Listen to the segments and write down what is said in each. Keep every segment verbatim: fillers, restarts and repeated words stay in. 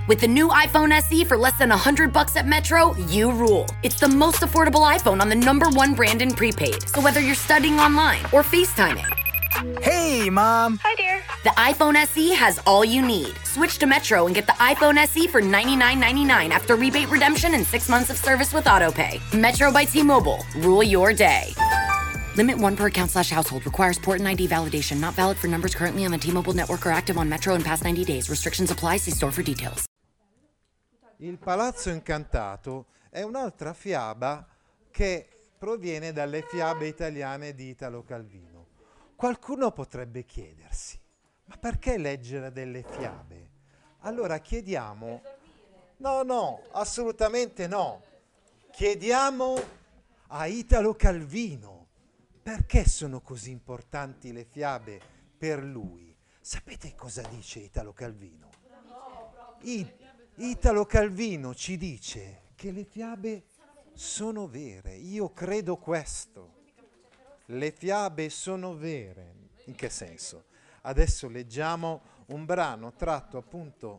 With the new iPhone S E for less than one hundred bucks at Metro, you rule. It's the most affordable iPhone on the number one brand in prepaid. So whether you're studying online or FaceTiming. Hey, Mom. Hi, dear. The iPhone S E has all you need. Switch to Metro and get the iPhone S E for ninety-nine ninety-nine after rebate redemption and six months of service with AutoPay. Metro by T-Mobile. Rule your day. Limit one per account slash household. Requires port and I D validation. Not valid for numbers currently on the T-Mobile network or active on Metro in past ninety days. Restrictions apply. See store for details. Il Palazzo Incantato è un'altra fiaba che proviene dalle fiabe italiane di Italo Calvino. Qualcuno potrebbe chiedersi, ma perché leggere delle fiabe? Allora chiediamo, no, no, assolutamente no, chiediamo a Italo Calvino perché sono così importanti le fiabe per lui. Sapete cosa dice Italo Calvino? I, Italo Calvino ci dice che le fiabe sono vere. Io credo questo. Le fiabe sono vere. In che senso? Adesso leggiamo un brano tratto appunto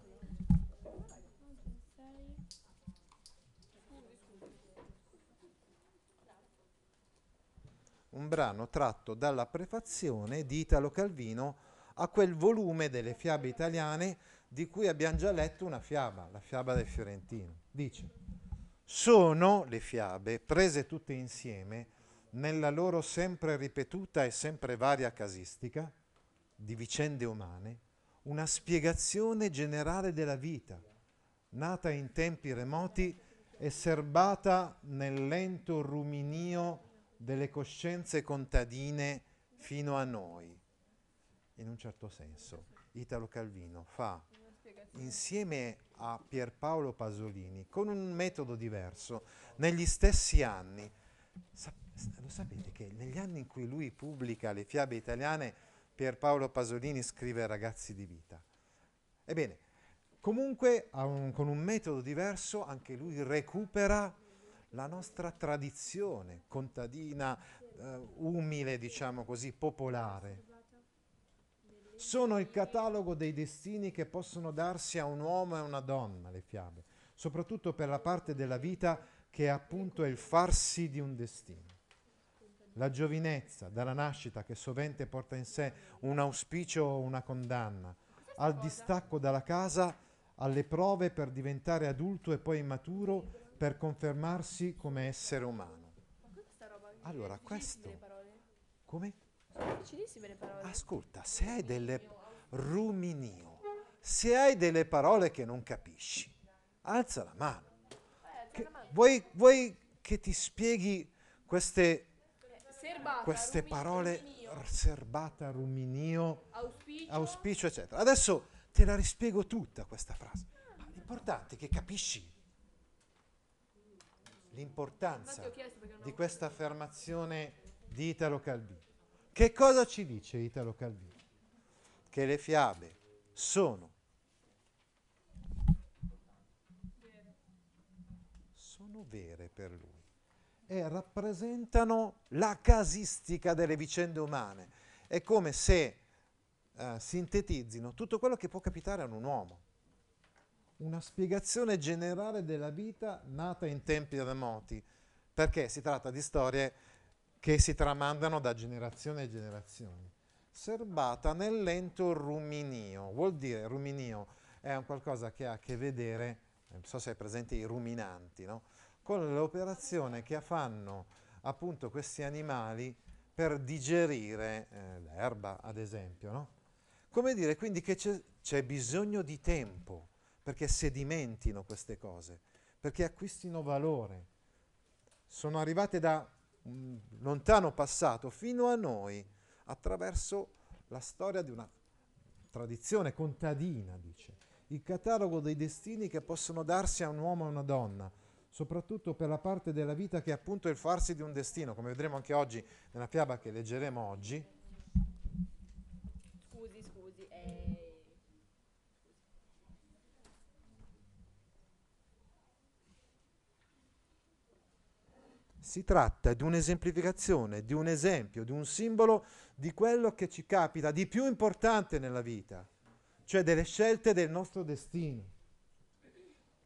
un brano tratto dalla prefazione di Italo Calvino a quel volume delle fiabe italiane di cui abbiamo già letto una fiaba, la fiaba del Fiorentino. Dice: sono le fiabe prese tutte insieme nella loro sempre ripetuta e sempre varia casistica di vicende umane, una spiegazione generale della vita, nata in tempi remoti e serbata nel lento ruminio delle coscienze contadine fino a noi. In un certo senso, Italo Calvino fa, insieme a Pierpaolo Pasolini, con un metodo diverso, negli stessi anni. Sap- lo sapete che negli anni in cui lui pubblica le fiabe italiane, Pierpaolo Pasolini scrive Ragazzi di vita. Ebbene, comunque un, con un metodo diverso anche lui recupera la nostra tradizione contadina, eh, umile, diciamo così, popolare. Sono il catalogo dei destini che possono darsi a un uomo e a una donna, le fiabe, soprattutto per la parte della vita che appunto è il farsi di un destino. La giovinezza dalla nascita che sovente porta in sé un auspicio o una condanna, al distacco dalla casa, alle prove per diventare adulto e poi maturo per confermarsi come essere umano. Allora, questo... Come? Difficilissime le parole. Ascolta, se hai delle... Ruminio. Se hai delle parole che non capisci, alza la mano. Che, vuoi, vuoi che ti spieghi queste, Serbata, queste rumi, parole? ruminio. Serbata, ruminio, Auspicio. auspicio, eccetera. Adesso te la rispiego tutta questa frase. Ma l'importante è che capisci l'importanza di questa affermazione di Italo Calvino. Che cosa ci dice Italo Calvino? Che le fiabe sono sono vere per lui e rappresentano la casistica delle vicende umane. È come se eh, sintetizzino tutto quello che può capitare a un uomo. Una spiegazione generale della vita nata in tempi remoti, perché si tratta di storie che si tramandano da generazione a generazione, serbata nel lento ruminio. Vuol dire, ruminio è un qualcosa che ha a che vedere, non so se è presente i ruminanti, no? Con l'operazione che fanno appunto questi animali per digerire eh, l'erba, ad esempio, no? Come dire quindi che c'è, c'è bisogno di tempo perché sedimentino queste cose, perché acquistino valore. Sono arrivate da un lontano passato fino a noi attraverso la storia di una tradizione contadina, dice. Il catalogo dei destini che possono darsi a un uomo e a una donna, soprattutto per la parte della vita che è appunto il farsi di un destino, come vedremo anche oggi nella fiaba che leggeremo oggi. Scusi, scusi. Eh... Si tratta di un'esemplificazione, di un esempio, di un simbolo di quello che ci capita di più importante nella vita, cioè delle scelte del nostro destino.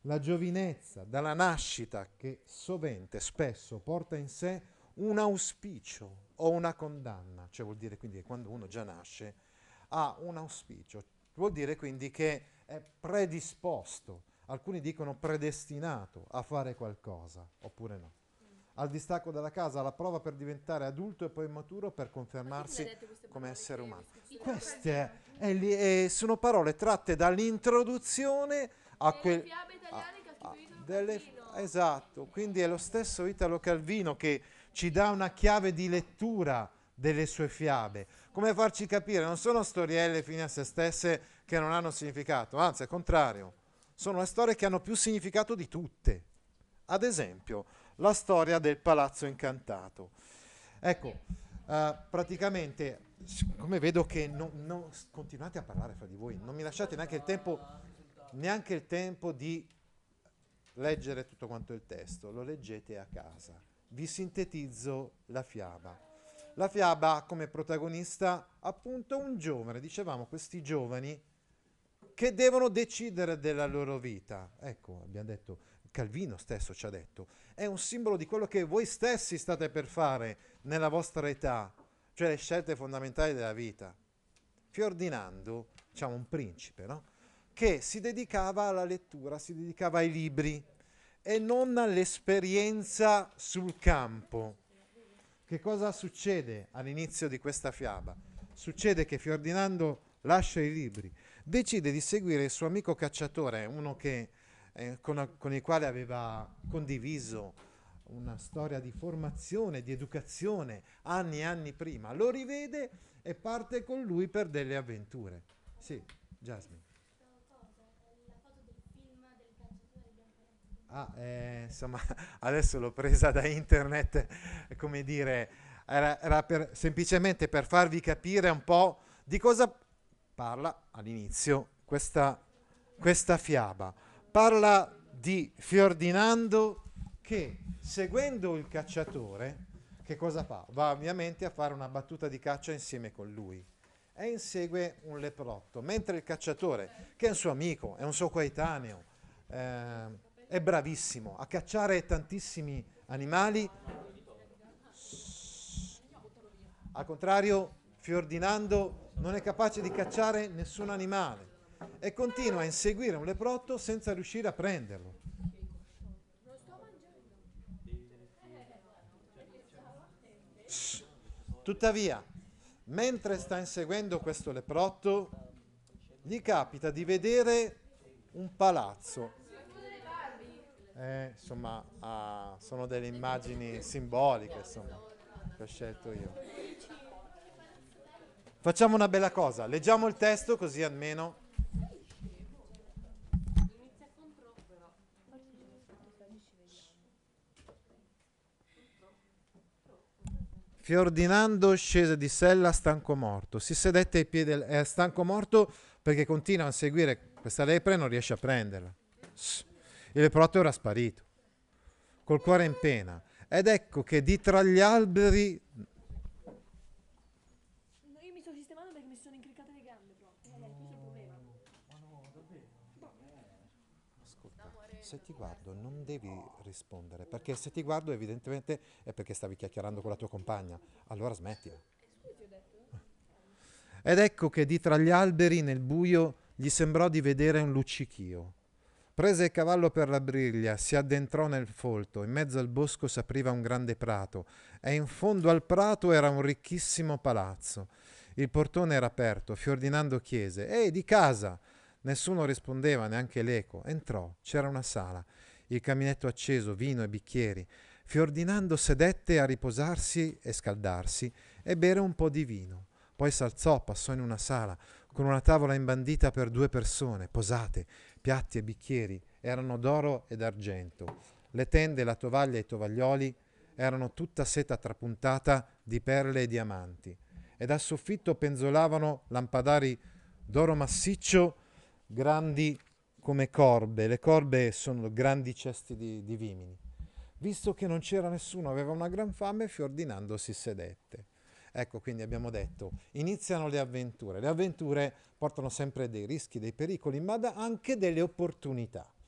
La giovinezza, dalla nascita, che sovente, spesso, porta in sé un auspicio o una condanna, cioè vuol dire quindi che quando uno già nasce ha un auspicio, vuol dire quindi che è predisposto, alcuni dicono predestinato a fare qualcosa, oppure no. Al distacco dalla casa, alla prova per diventare adulto e poi maturo per confermarsi come essere umano. Queste eh, li- eh, sono parole tratte dall'introduzione a quel... fiabe italiane che ha a- scritto Italo delle- Calvino. esatto, quindi è lo stesso Italo Calvino che ci dà una chiave di lettura delle sue fiabe. Come farci capire? Non sono storielle fine a se stesse che non hanno significato, anzi, al contrario, sono le storie che hanno più significato di tutte. Ad esempio, la storia del Palazzo Incantato. Ecco, eh, praticamente, come vedo che non, non- continuate a parlare fra di voi, non mi lasciate neanche il tempo, neanche il tempo di leggere tutto quanto il testo, lo leggete a casa. Vi sintetizzo la fiaba. La fiaba ha come protagonista appunto un giovane, dicevamo questi giovani che devono decidere della loro vita. Ecco, abbiamo detto, Calvino stesso ci ha detto, è un simbolo di quello che voi stessi state per fare nella vostra età, cioè le scelte fondamentali della vita. Fiordinando, diciamo un principe, no? Che si dedicava alla lettura, si dedicava ai libri e non all'esperienza sul campo. Che cosa succede all'inizio di questa fiaba? Succede che Fiordinando lascia i libri, decide di seguire il suo amico cacciatore, uno che, eh, con, con il quale aveva condiviso una storia di formazione, di educazione anni e anni prima. Lo rivede e parte con lui per delle avventure. Sì, Jasmine. Ah, eh, insomma, adesso l'ho presa da internet, è come dire, era, era per- semplicemente per farvi capire un po' di cosa parla all'inizio questa, questa fiaba. Parla di Fiordinando che, seguendo il cacciatore, che cosa fa? Va ovviamente a fare una battuta di caccia insieme con lui e insegue un leprotto, mentre il cacciatore, che è un suo amico, è un suo coetaneo, eh, è bravissimo a cacciare tantissimi animali. Al contrario, Fiordinando non è capace di cacciare nessun animale e continua a inseguire un leprotto senza riuscire a prenderlo. Shh. Tuttavia, mentre sta inseguendo questo leprotto, gli capita di vedere un palazzo. Eh, insomma, ah, sono delle immagini simboliche, insomma, che ho scelto io. Facciamo una bella cosa, leggiamo il testo così almeno. Fiordinando scese di sella stanco morto, si sedette ai piedi, del- è stanco morto perché continua a seguire questa lepre e non riesce a prenderla. Shh. Il leprotto era sparito, col cuore in pena. Ed ecco che di tra gli alberi... No, io mi sto sistemando perché mi sono incriccate le gambe proprio. Eh, questo è il problema. Ascolta, se ti guardo non devi rispondere, perché se ti guardo evidentemente è perché stavi chiacchierando con la tua compagna. Allora smettila. Ed ecco che di tra gli alberi nel buio gli sembrò di vedere un luccichio. Prese il cavallo per la briglia, si addentrò nel folto, in mezzo al bosco s'apriva un grande prato e in fondo al prato era un ricchissimo palazzo. Il portone era aperto, Fiordinando chiese: «Ehi, di casa!» Nessuno rispondeva, neanche l'eco. Entrò, c'era una sala, il caminetto acceso, vino e bicchieri. Fiordinando sedette a riposarsi e scaldarsi e bere un po' di vino. Poi s'alzò, passò in una sala, con una tavola imbandita per due persone, posate, piatti e bicchieri erano d'oro ed argento. Le tende, la tovaglia e i tovaglioli erano tutta seta trapuntata di perle e diamanti. E dal soffitto penzolavano lampadari d'oro massiccio grandi come corbe. Le corbe sono grandi cesti di, di vimini. Visto che non c'era nessuno, aveva una gran fame, Fiordinando si sedette. Ecco, quindi abbiamo detto, iniziano le avventure. Le avventure portano sempre dei rischi, dei pericoli, ma da- anche delle opportunità.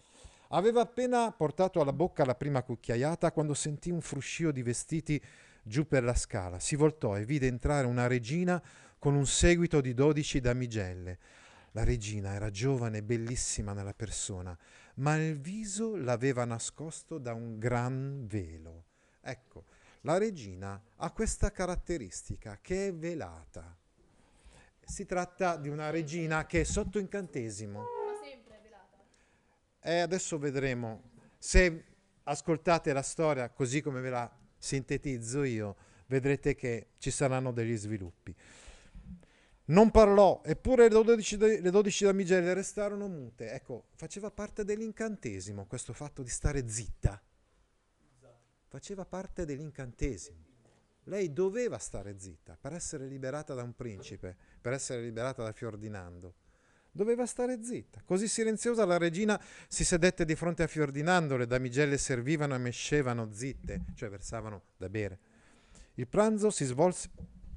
Aveva appena portato alla bocca la prima cucchiaiata quando sentì un fruscio di vestiti giù per la scala. Si voltò e vide entrare una regina con un seguito di dodici damigelle. La regina era giovane e bellissima nella persona, ma il viso l'aveva nascosto da un gran velo. Ecco, la regina ha questa caratteristica, che è velata. Si tratta di una regina che è sotto incantesimo. Ma sempre è velata. E adesso vedremo. Se ascoltate la storia così come ve la sintetizzo io, vedrete che ci saranno degli sviluppi. Non parlò, eppure le dodici, le dodici damigelle restarono mute. Ecco, faceva parte dell'incantesimo questo fatto di stare zitta. Faceva parte dell'incantesimo. Lei doveva stare zitta per essere liberata da un principe, per essere liberata da Fiordinando. Doveva stare zitta. Così silenziosa la regina si sedette di fronte a Fiordinando, le damigelle servivano e mescevano zitte, cioè versavano da bere. Il pranzo si svolse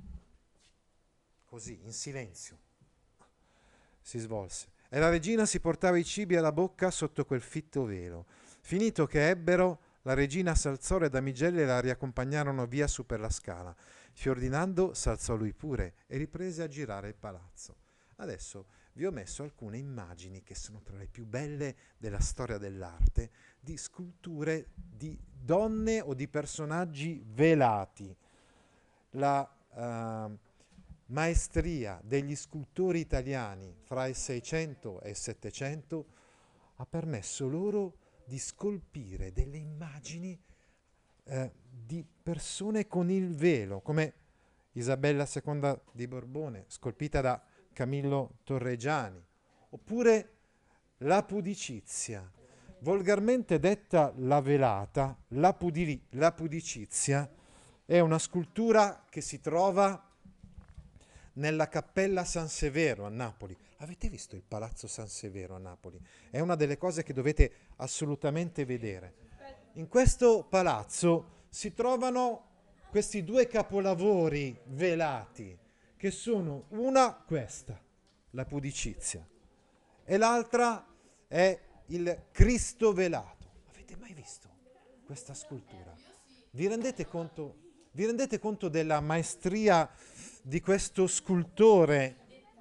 così, in silenzio. Si svolse. E la regina si portava i cibi alla bocca sotto quel fitto velo. Finito che ebbero, la regina s'alzò, le damigelle la riaccompagnarono via su per la scala. Fiordinando s'alzò lui pure e riprese a girare il palazzo. Adesso vi ho messo alcune immagini che sono tra le più belle della storia dell'arte, di sculture di donne o di personaggi velati. La uh, maestria degli scultori italiani fra il Seicento e il Settecento ha permesso loro di scolpire delle immagini eh, di persone con il velo, come Isabella seconda di Borbone, scolpita da Camillo Torregiani, oppure la pudicizia, volgarmente detta la velata. La, pudi- la pudicizia è una scultura che si trova nella Cappella San Severo a Napoli. Avete visto il Palazzo San Severo a Napoli? È una delle cose che dovete assolutamente vedere. In questo palazzo si trovano questi due capolavori velati, che sono una questa, la pudicizia, e l'altra è il Cristo velato. Avete mai visto questa scultura? Vi rendete conto, vi rendete conto della maestria di questo scultore?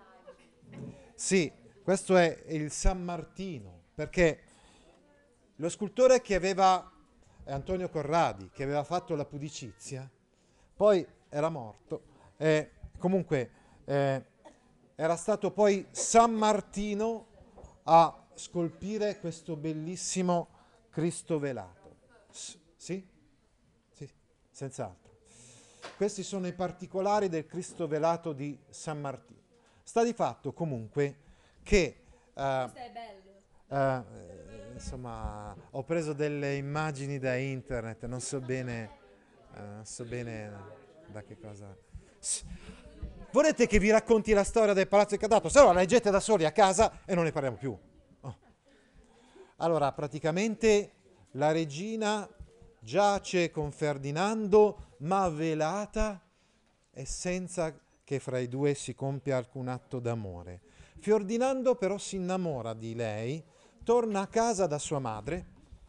Sì, questo è il San Martino, perché lo scultore che aveva, è Antonio Corradi, che aveva fatto la pudicizia, poi era morto, e comunque eh, era stato poi San Martino a scolpire questo bellissimo Cristo velato. S- sì? Sì, senz'altro. Questi sono i particolari del Cristo velato di San Martino. Sta di fatto comunque che uh, Questo è bello. uh, insomma, ho preso delle immagini da internet, non so bene, uh, non so bene da che cosa. S- Volete che vi racconti la storia del Palazzo Incantato? Se no la leggete da soli a casa e non ne parliamo più. Oh. Allora, praticamente la regina giace con Ferdinando, ma velata e senza che fra i due si compia alcun atto d'amore. Ferdinando però si innamora di lei, torna a casa da sua madre,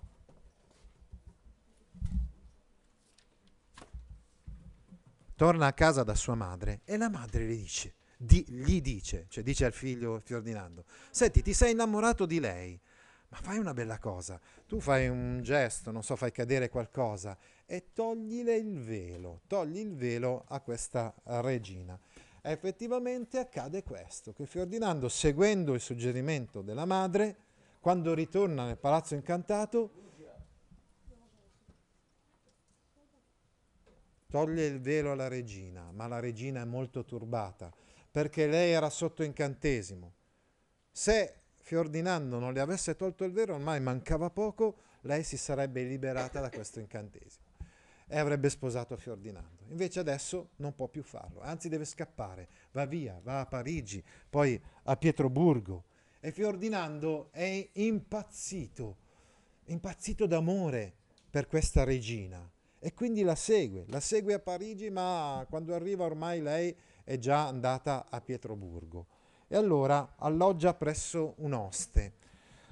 torna a casa da sua madre e la madre gli dice, di, gli dice, cioè dice al figlio Ferdinando, senti, ti sei innamorato di lei, ma fai una bella cosa, tu fai un gesto, non so, fai cadere qualcosa e toglile il velo, togli il velo a questa regina. E effettivamente accade questo, che Ferdinando, seguendo il suggerimento della madre, quando ritorna nel Palazzo Incantato, toglie il velo alla regina, ma la regina è molto turbata, perché lei era sotto incantesimo. Se Ferdinando non le avesse tolto il velo, ormai mancava poco, lei si sarebbe liberata da questo incantesimo e avrebbe sposato Ferdinando. Invece adesso non può più farlo, anzi deve scappare, va via, va a Parigi, poi a Pietroburgo. E Ferdinando è impazzito, impazzito d'amore per questa regina e quindi la segue, la segue a Parigi, ma quando arriva ormai lei è già andata a Pietroburgo. E allora alloggia presso un oste.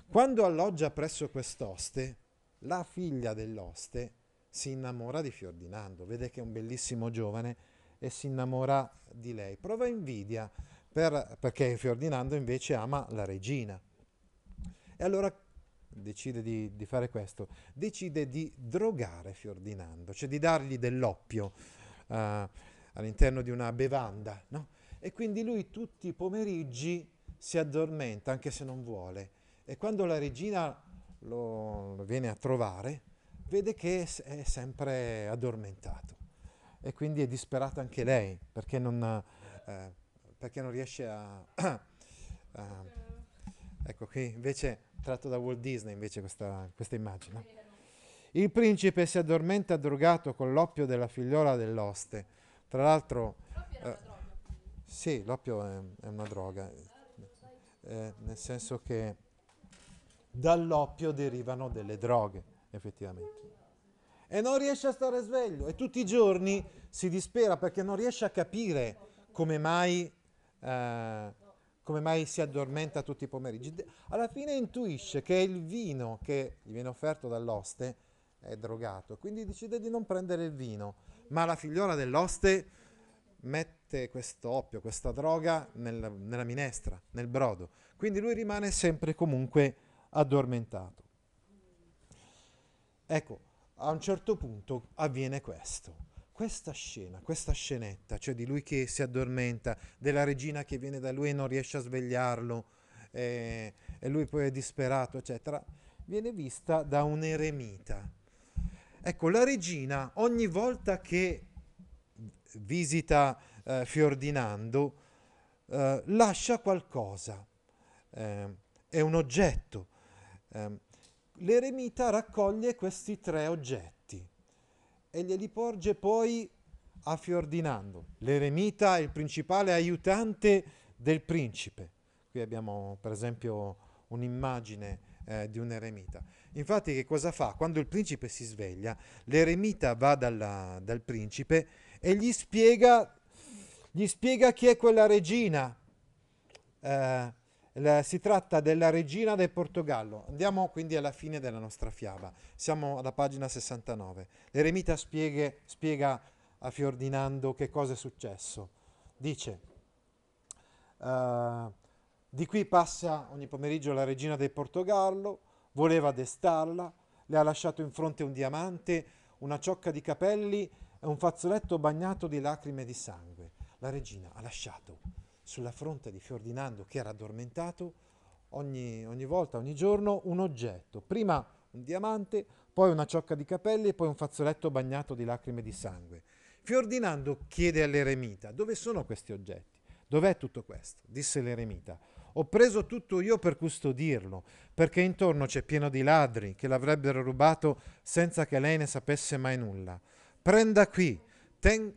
Quando alloggia presso quest'oste, la figlia dell'oste si innamora di Fiordinando, vede che è un bellissimo giovane e si innamora di lei. Prova invidia per- perché Fiordinando invece ama la regina. E allora decide di, di fare questo, decide di drogare Fiordinando, cioè di dargli dell'oppio eh, all'interno di una bevanda, no? E quindi lui tutti i pomeriggi si addormenta, anche se non vuole. E quando la regina lo, lo viene a trovare, vede che è, è sempre addormentato. E quindi è disperata anche lei, perché non, eh, perché non riesce a... a- ecco qui, invece, tratto da Walt Disney, invece, questa, questa immagine. Il principe si addormenta drogato con l'oppio della figliola dell'oste. Tra l'altro... eh, sì, l'oppio è, è una droga, eh, nel senso che dall'oppio derivano delle droghe, effettivamente. E non riesce a stare sveglio e tutti i giorni si dispera perché non riesce a capire come mai, eh, come mai si addormenta tutti i pomeriggi. De- Alla fine intuisce che il vino che gli viene offerto dall'oste è drogato, quindi decide di non prendere il vino, ma la figliola dell'oste mette questo oppio, questa droga nel- nella minestra, nel brodo. Quindi lui rimane sempre comunque addormentato. Ecco, a un certo punto avviene questo. Questa scena, questa scenetta, cioè di lui che si addormenta, della regina che viene da lui e non riesce a svegliarlo, eh, e lui poi è disperato, eccetera, viene vista da un eremita. Ecco, la regina ogni volta che visita eh, Fiordinando eh, lascia qualcosa, eh, è un oggetto. Eh, L'eremita raccoglie questi tre oggetti e glieli porge poi a Fiordinando. L'eremita è il principale aiutante del principe. Qui abbiamo per esempio un'immagine eh, di un eremita. Infatti che cosa fa? Quando il principe si sveglia, l'eremita va dalla- dal principe e gli spiega, gli spiega chi è quella regina. Eh, la- si tratta della regina del Portogallo. Andiamo quindi alla fine della nostra fiaba. Siamo alla pagina sessantanove. L'eremita spieghe- spiega a Fiordinando che cosa è successo. Dice, eh, di qui passa ogni pomeriggio la regina del Portogallo, voleva destarla, le ha lasciato in fronte un diamante, una ciocca di capelli e un fazzoletto bagnato di lacrime di sangue. La regina ha lasciato sulla fronte di Ferdinando, che era addormentato, ogni, ogni volta, ogni giorno, un oggetto. Prima un diamante, poi una ciocca di capelli e poi un fazzoletto bagnato di lacrime di sangue. Ferdinando chiede all'eremita, dove sono questi oggetti? Dov'è tutto questo? Disse l'eremita. Ho preso tutto io per custodirlo, perché intorno c'è pieno di ladri che l'avrebbero rubato senza che lei ne sapesse mai nulla. Prenda qui, ten...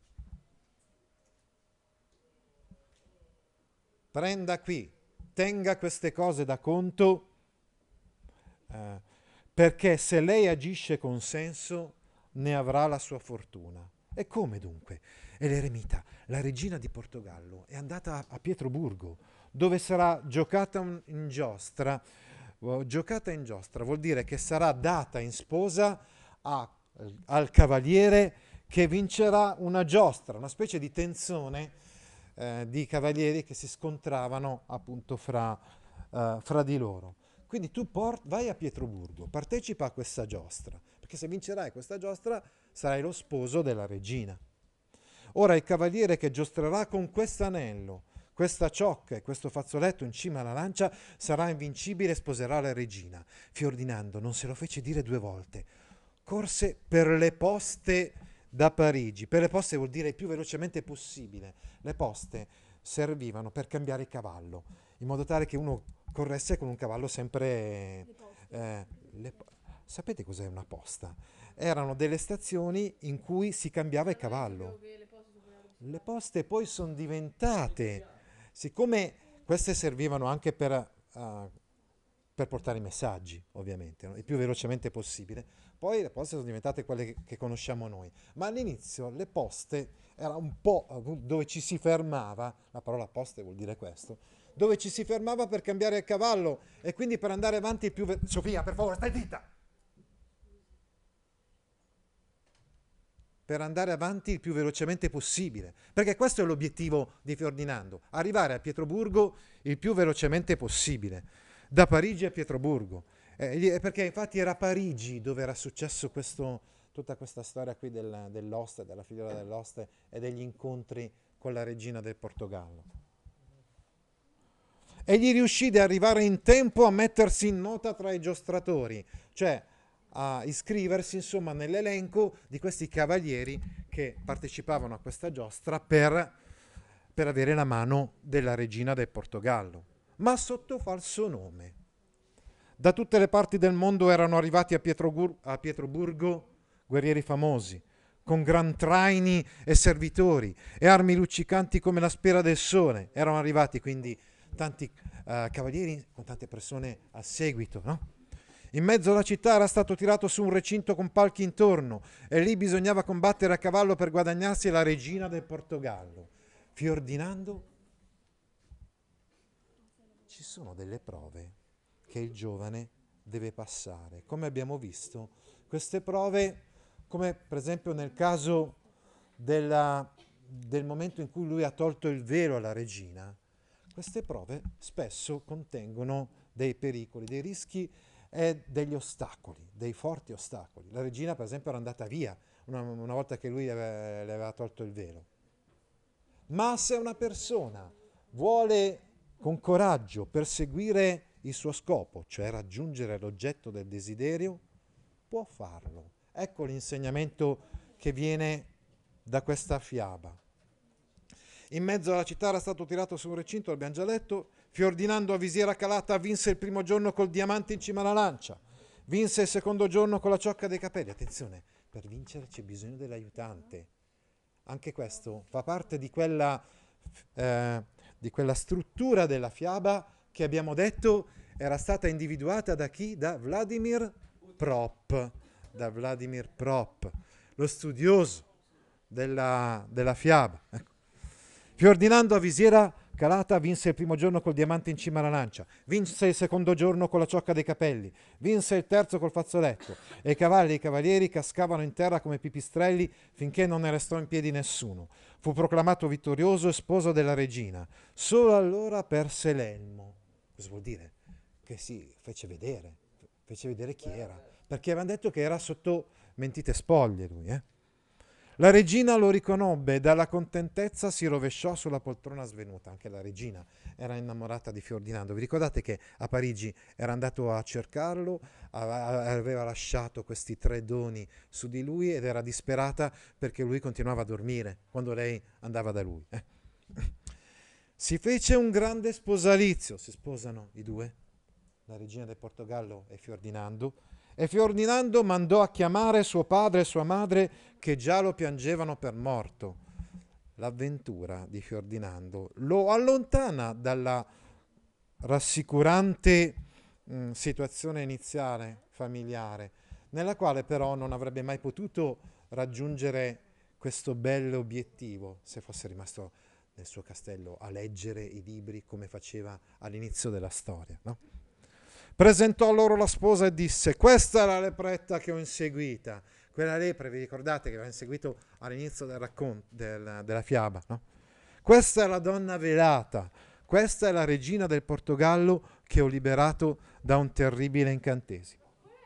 prenda qui, tenga queste cose da conto, eh, perché se lei agisce con senso ne avrà la sua fortuna. E come dunque? E l'eremita, la regina di Portogallo, è andata a Pietroburgo, dove sarà giocata un- in giostra. Uh, giocata in giostra vuol dire che sarà data in sposa a- al cavaliere che vincerà una giostra, una specie di tenzone eh, di cavalieri che si scontravano appunto fra, eh, fra di loro. Quindi tu port- vai a Pietroburgo, partecipa a questa giostra, perché se vincerai questa giostra sarai lo sposo della regina. Ora il cavaliere che giostrerà con quest'anello, questa ciocca e questo fazzoletto in cima alla lancia sarà invincibile e sposerà la regina. Fiordinando non se lo fece dire due volte. Corse per le poste da Parigi. Per le poste vuol dire il più velocemente possibile. Le poste servivano per cambiare il cavallo, in modo tale che uno corresse con un cavallo sempre... eh, le po- Sapete cos'è una posta? Erano delle stazioni in cui si cambiava il cavallo. Le poste poi sono diventate, siccome queste servivano anche per, eh, per portare i messaggi, ovviamente, no? Il più velocemente possibile, poi le poste sono diventate quelle che, che conosciamo noi. Ma all'inizio le poste era un po' dove ci si fermava, la parola poste vuol dire questo, dove ci si fermava per cambiare il cavallo e quindi per andare avanti il più... Ve- Sofia, per favore, stai zitta! Per andare avanti il più velocemente possibile, perché questo è l'obiettivo di Ferdinando, arrivare a Pietroburgo il più velocemente possibile, da Parigi a Pietroburgo, eh, perché infatti era a Parigi dove era successo questo, tutta questa storia qui del, dell'oste, della figliola dell'oste e degli incontri con la regina del Portogallo. E gli riuscì di arrivare in tempo a mettersi in nota tra i giostratori, cioè a iscriversi insomma nell'elenco di questi cavalieri che partecipavano a questa giostra per, per avere la mano della regina del Portogallo, ma sotto falso nome. Da tutte le parti del mondo erano arrivati a, Pietrogur- a Pietroburgo guerrieri famosi, con gran traini e servitori e armi luccicanti come la spera del sole. Erano arrivati quindi tanti uh, cavalieri con tante persone a seguito, no? In mezzo alla città era stato tirato su un recinto con palchi intorno e lì bisognava combattere a cavallo per guadagnarsi la regina del Portogallo. Ferdinando, ci sono delle prove che il giovane deve passare. Come abbiamo visto, queste prove, come per esempio nel caso della, del momento in cui lui ha tolto il velo alla regina, queste prove spesso contengono dei pericoli, dei rischi e degli ostacoli, dei forti ostacoli. La regina, per esempio, era andata via una, una volta che lui le aveva, le aveva tolto il velo. Ma se una persona vuole con coraggio perseguire il suo scopo, cioè raggiungere l'oggetto del desiderio, può farlo. Ecco l'insegnamento che viene da questa fiaba. In mezzo alla città era stato tirato su un recinto, l'abbiamo già letto. Ferdinando a visiera calata vinse il primo giorno col diamante in cima alla lancia, vinse il secondo giorno con la ciocca dei capelli. Attenzione, per vincere c'è bisogno dell'aiutante. Anche questo fa parte di quella, eh, di quella struttura della fiaba che abbiamo detto era stata individuata da chi? Da Vladimir Prop, da Vladimir Prop, lo studioso della, della fiaba. Ecco. Ferdinando a visiera calata vinse il primo giorno col diamante in cima alla lancia, vinse il secondo giorno con la ciocca dei capelli, vinse il terzo col fazzoletto e i cavalli e i cavalieri cascavano in terra come pipistrelli finché non ne restò in piedi nessuno. Fu proclamato vittorioso e sposo della regina. Solo allora perse l'elmo. Cosa vuol dire? Che si fece vedere, fece vedere chi era, perché avevano detto che era sotto mentite spoglie lui, eh? La regina lo riconobbe e dalla contentezza si rovesciò sulla poltrona svenuta. Anche la regina era innamorata di Ferdinando. Vi ricordate che a Parigi era andato a cercarlo, aveva lasciato questi tre doni su di lui ed era disperata perché lui continuava a dormire quando lei andava da lui. Eh. Si fece un grande sposalizio, si sposano i due, la regina del Portogallo e Ferdinando, e Ferdinando mandò a chiamare suo padre e sua madre che già lo piangevano per morto. L'avventura di Ferdinando lo allontana dalla rassicurante mh, situazione iniziale familiare, nella quale però non avrebbe mai potuto raggiungere questo bello obiettivo se fosse rimasto nel suo castello a leggere i libri come faceva all'inizio della storia, no? Presentò loro la sposa e disse: questa è la lepretta che ho inseguita. Quella lepre, vi ricordate che aveva inseguito all'inizio del raccon- del, della fiaba, no? Questa è la donna velata, questa è la regina del Portogallo che ho liberato da un terribile incantesimo.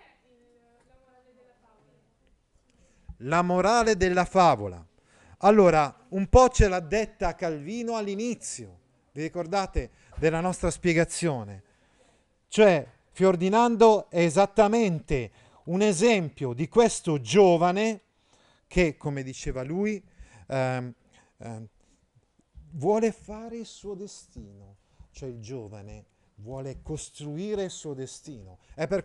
La morale della favola. Allora, un po' ce l'ha detta Calvino all'inizio, vi ricordate della nostra spiegazione? Cioè, Ferdinando è esattamente un esempio di questo giovane che, come diceva lui, ehm, ehm, vuole fare il suo destino. Cioè il giovane vuole costruire il suo destino. È per